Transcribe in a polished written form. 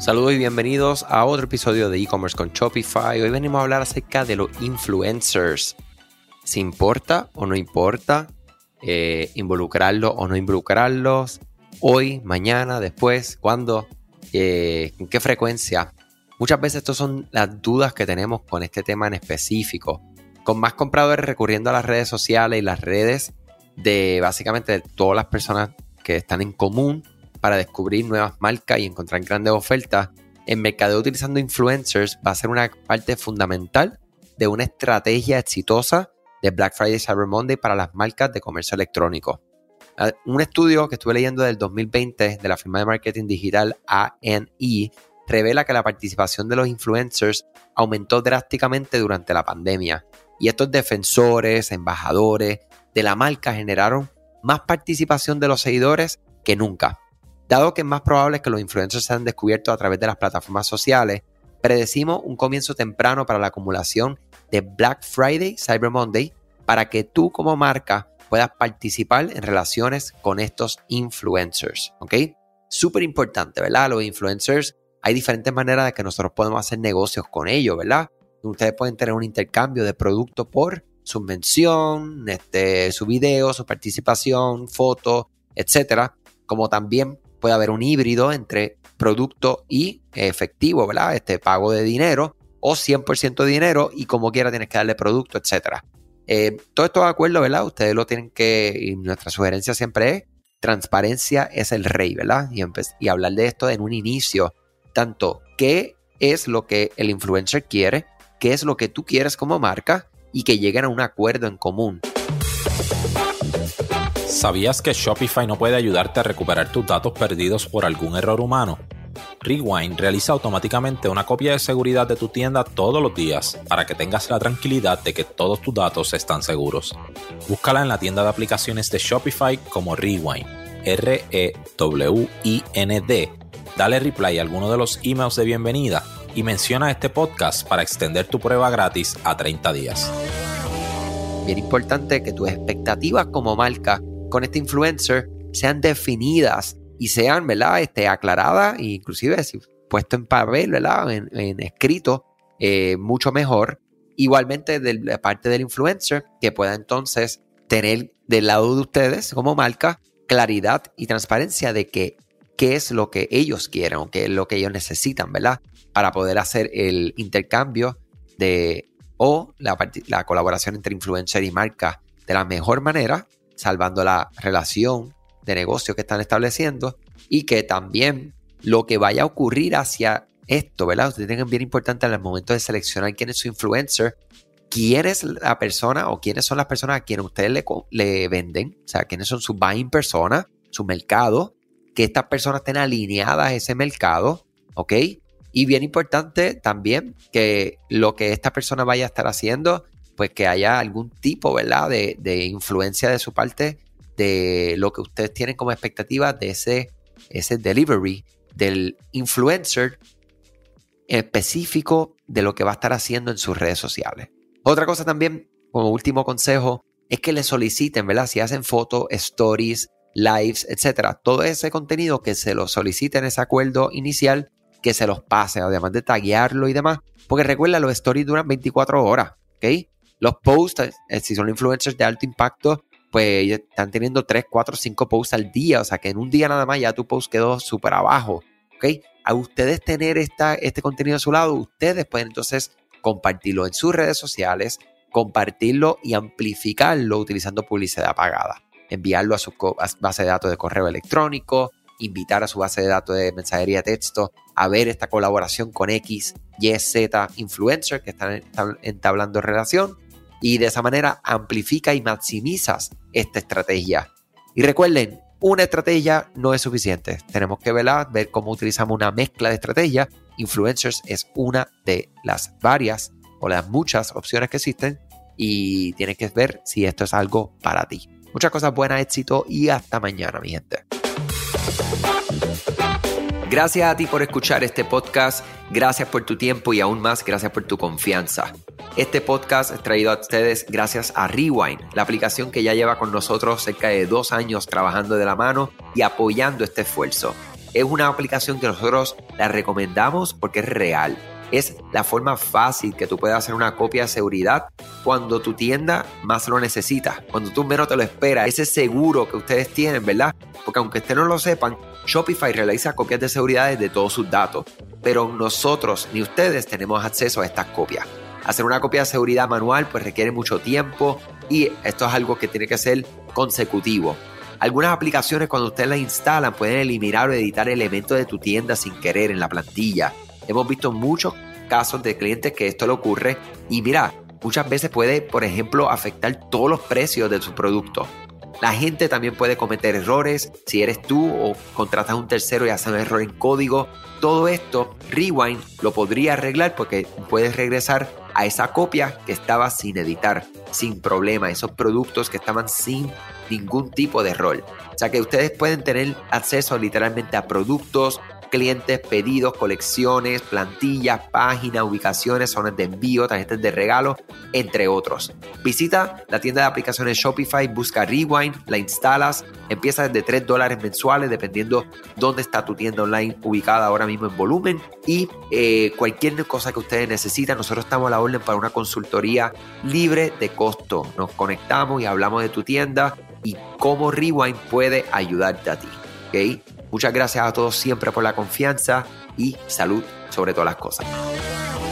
Saludos y bienvenidos a otro episodio de e-commerce con Shopify. Hoy venimos a hablar acerca de los influencers. ¿Si importa o no importa involucrarlos o no involucrarlos? Hoy, mañana, después, ¿cuándo? ¿En qué frecuencia? Muchas veces estas son las dudas que tenemos con este tema en específico. Con más compradores recurriendo a las redes sociales y las redes de básicamente de todas las personas que están en común para descubrir nuevas marcas y encontrar grandes ofertas, el mercadeo utilizando influencers va a ser una parte fundamental de una estrategia exitosa de Black Friday y Cyber Monday para las marcas de comercio electrónico. Un estudio que estuve leyendo del 2020 de la firma de marketing digital A&E revela que la participación de los influencers aumentó drásticamente durante la pandemia. Y estos defensores, embajadores de la marca generaron más participación de los seguidores que nunca. Dado que es más probable que los influencers sean descubiertos a través de las plataformas sociales, predecimos un comienzo temprano para la acumulación de Black Friday, Cyber Monday, para que tú como marca puedas participar en relaciones con estos influencers, ¿ok? Súper importante, ¿verdad? Los influencers, hay diferentes maneras de que nosotros podemos hacer negocios con ellos, ¿verdad? Ustedes pueden tener un intercambio de producto por su mención, su video, su participación, fotos, etcétera, como también puede haber un híbrido entre producto y efectivo, ¿verdad? Pago de dinero o 100% de dinero y como quiera tienes que darle producto, etc. Todo esto de acuerdo, ¿verdad? Ustedes lo tienen que, y nuestra sugerencia siempre es, transparencia es el rey, ¿verdad? Y hablar de esto en un inicio, tanto qué es lo que el influencer quiere, qué es lo que tú quieres como marca y que lleguen a un acuerdo en común. ¿Sabías que Shopify no puede ayudarte a recuperar tus datos perdidos por algún error humano? Rewind realiza automáticamente una copia de seguridad de tu tienda todos los días para que tengas la tranquilidad de que todos tus datos están seguros. Búscala en la tienda de aplicaciones de Shopify como Rewind, R-E-W-I-N-D. Dale reply a alguno de los emails de bienvenida y menciona este podcast para extender tu prueba gratis a 30 días. Bien importante que tus expectativas como marca con este influencer sean definidas y sean, ¿verdad? Aclaradas e inclusive si puesto en papel, ¿verdad? En escrito, mucho mejor. Igualmente de parte del influencer que pueda entonces tener del lado de ustedes como marca claridad y transparencia de qué es lo que ellos quieren o qué es lo que ellos necesitan, ¿verdad? Para poder hacer el intercambio o la colaboración entre influencer y marca de la mejor manera, salvando la relación de negocio que están estableciendo y que también lo que vaya a ocurrir hacia esto, ¿verdad? Ustedes tengan bien importante en el momento de seleccionar quién es su influencer, quién es la persona o quiénes son las personas a quienes ustedes le venden, o sea, quiénes son sus buying personas, su mercado, que estas personas estén alineadas a ese mercado, ¿ok? Y bien importante también que lo que esta persona vaya a estar haciendo, pues que haya algún tipo, ¿verdad? De influencia de su parte de lo que ustedes tienen como expectativa de ese delivery del influencer específico de lo que va a estar haciendo en sus redes sociales. Otra cosa también, como último consejo, es que le soliciten, ¿verdad? Si hacen fotos, stories, lives, etcétera, todo ese contenido que se lo soliciten ese acuerdo inicial, que se los pase, además de taguearlo y demás, porque recuerda, los stories duran 24 horas, ¿ok? Los posts, si son influencers de alto impacto, pues están teniendo 3, 4, 5 posts al día, o sea que en un día nada más ya tu post quedó súper abajo, ¿ok? A ustedes tener este contenido a su lado, ustedes pueden entonces compartirlo en sus redes sociales, compartirlo y amplificarlo utilizando publicidad pagada, enviarlo a su base de datos de correo electrónico, invitar a su base de datos de mensajería de texto a ver esta colaboración con X, Y, Z influencer que están entablando relación y de esa manera amplifica y maximizas esta estrategia. Y recuerden, una estrategia no es suficiente. Tenemos que ver cómo utilizamos una mezcla de estrategias. Influencers es una de las varias o las muchas opciones que existen y tienes que ver si esto es algo para ti. Muchas cosas buenas, éxito y hasta mañana, mi gente. Gracias a ti por escuchar este podcast, gracias por tu tiempo y aún más gracias por tu confianza. Este podcast es traído a ustedes gracias a Rewind, la aplicación que ya lleva con nosotros cerca de 2 años trabajando de la mano y apoyando este esfuerzo. Es una aplicación que nosotros la recomendamos porque es real. Es la forma fácil que tú puedes hacer una copia de seguridad cuando tu tienda más lo necesita, cuando tú menos te lo esperas. Ese seguro que ustedes tienen, ¿verdad? Porque aunque ustedes no lo sepan, Shopify realiza copias de seguridad de todos sus datos, pero nosotros ni ustedes tenemos acceso a estas copias. Hacer una copia de seguridad manual pues requiere mucho tiempo y esto es algo que tiene que ser consecutivo. Algunas aplicaciones cuando ustedes las instalan pueden eliminar o editar elementos de tu tienda sin querer en la plantilla. Hemos visto muchos casos de clientes que esto le ocurre y mira, muchas veces puede, por ejemplo, afectar todos los precios de su producto. La gente también puede cometer errores si eres tú o contratas a un tercero y hace un error en código. Todo esto, Rewind lo podría arreglar porque puedes regresar a esa copia que estaba sin editar, sin problema, esos productos que estaban sin ningún tipo de error. O sea que ustedes pueden tener acceso literalmente a productos, clientes, pedidos, colecciones, plantillas, páginas, ubicaciones, zonas de envío, tarjetas de regalo, entre otros. Visita la tienda de aplicaciones Shopify, busca Rewind, la instalas, empieza desde $3 mensuales dependiendo dónde está tu tienda online ubicada ahora mismo en volumen y cualquier cosa que ustedes necesitan, nosotros estamos a la orden para una consultoría libre de costo. Nos conectamos y hablamos de tu tienda y cómo Rewind puede ayudarte a ti, ¿ok? Muchas gracias a todos siempre por la confianza y salud sobre todas las cosas.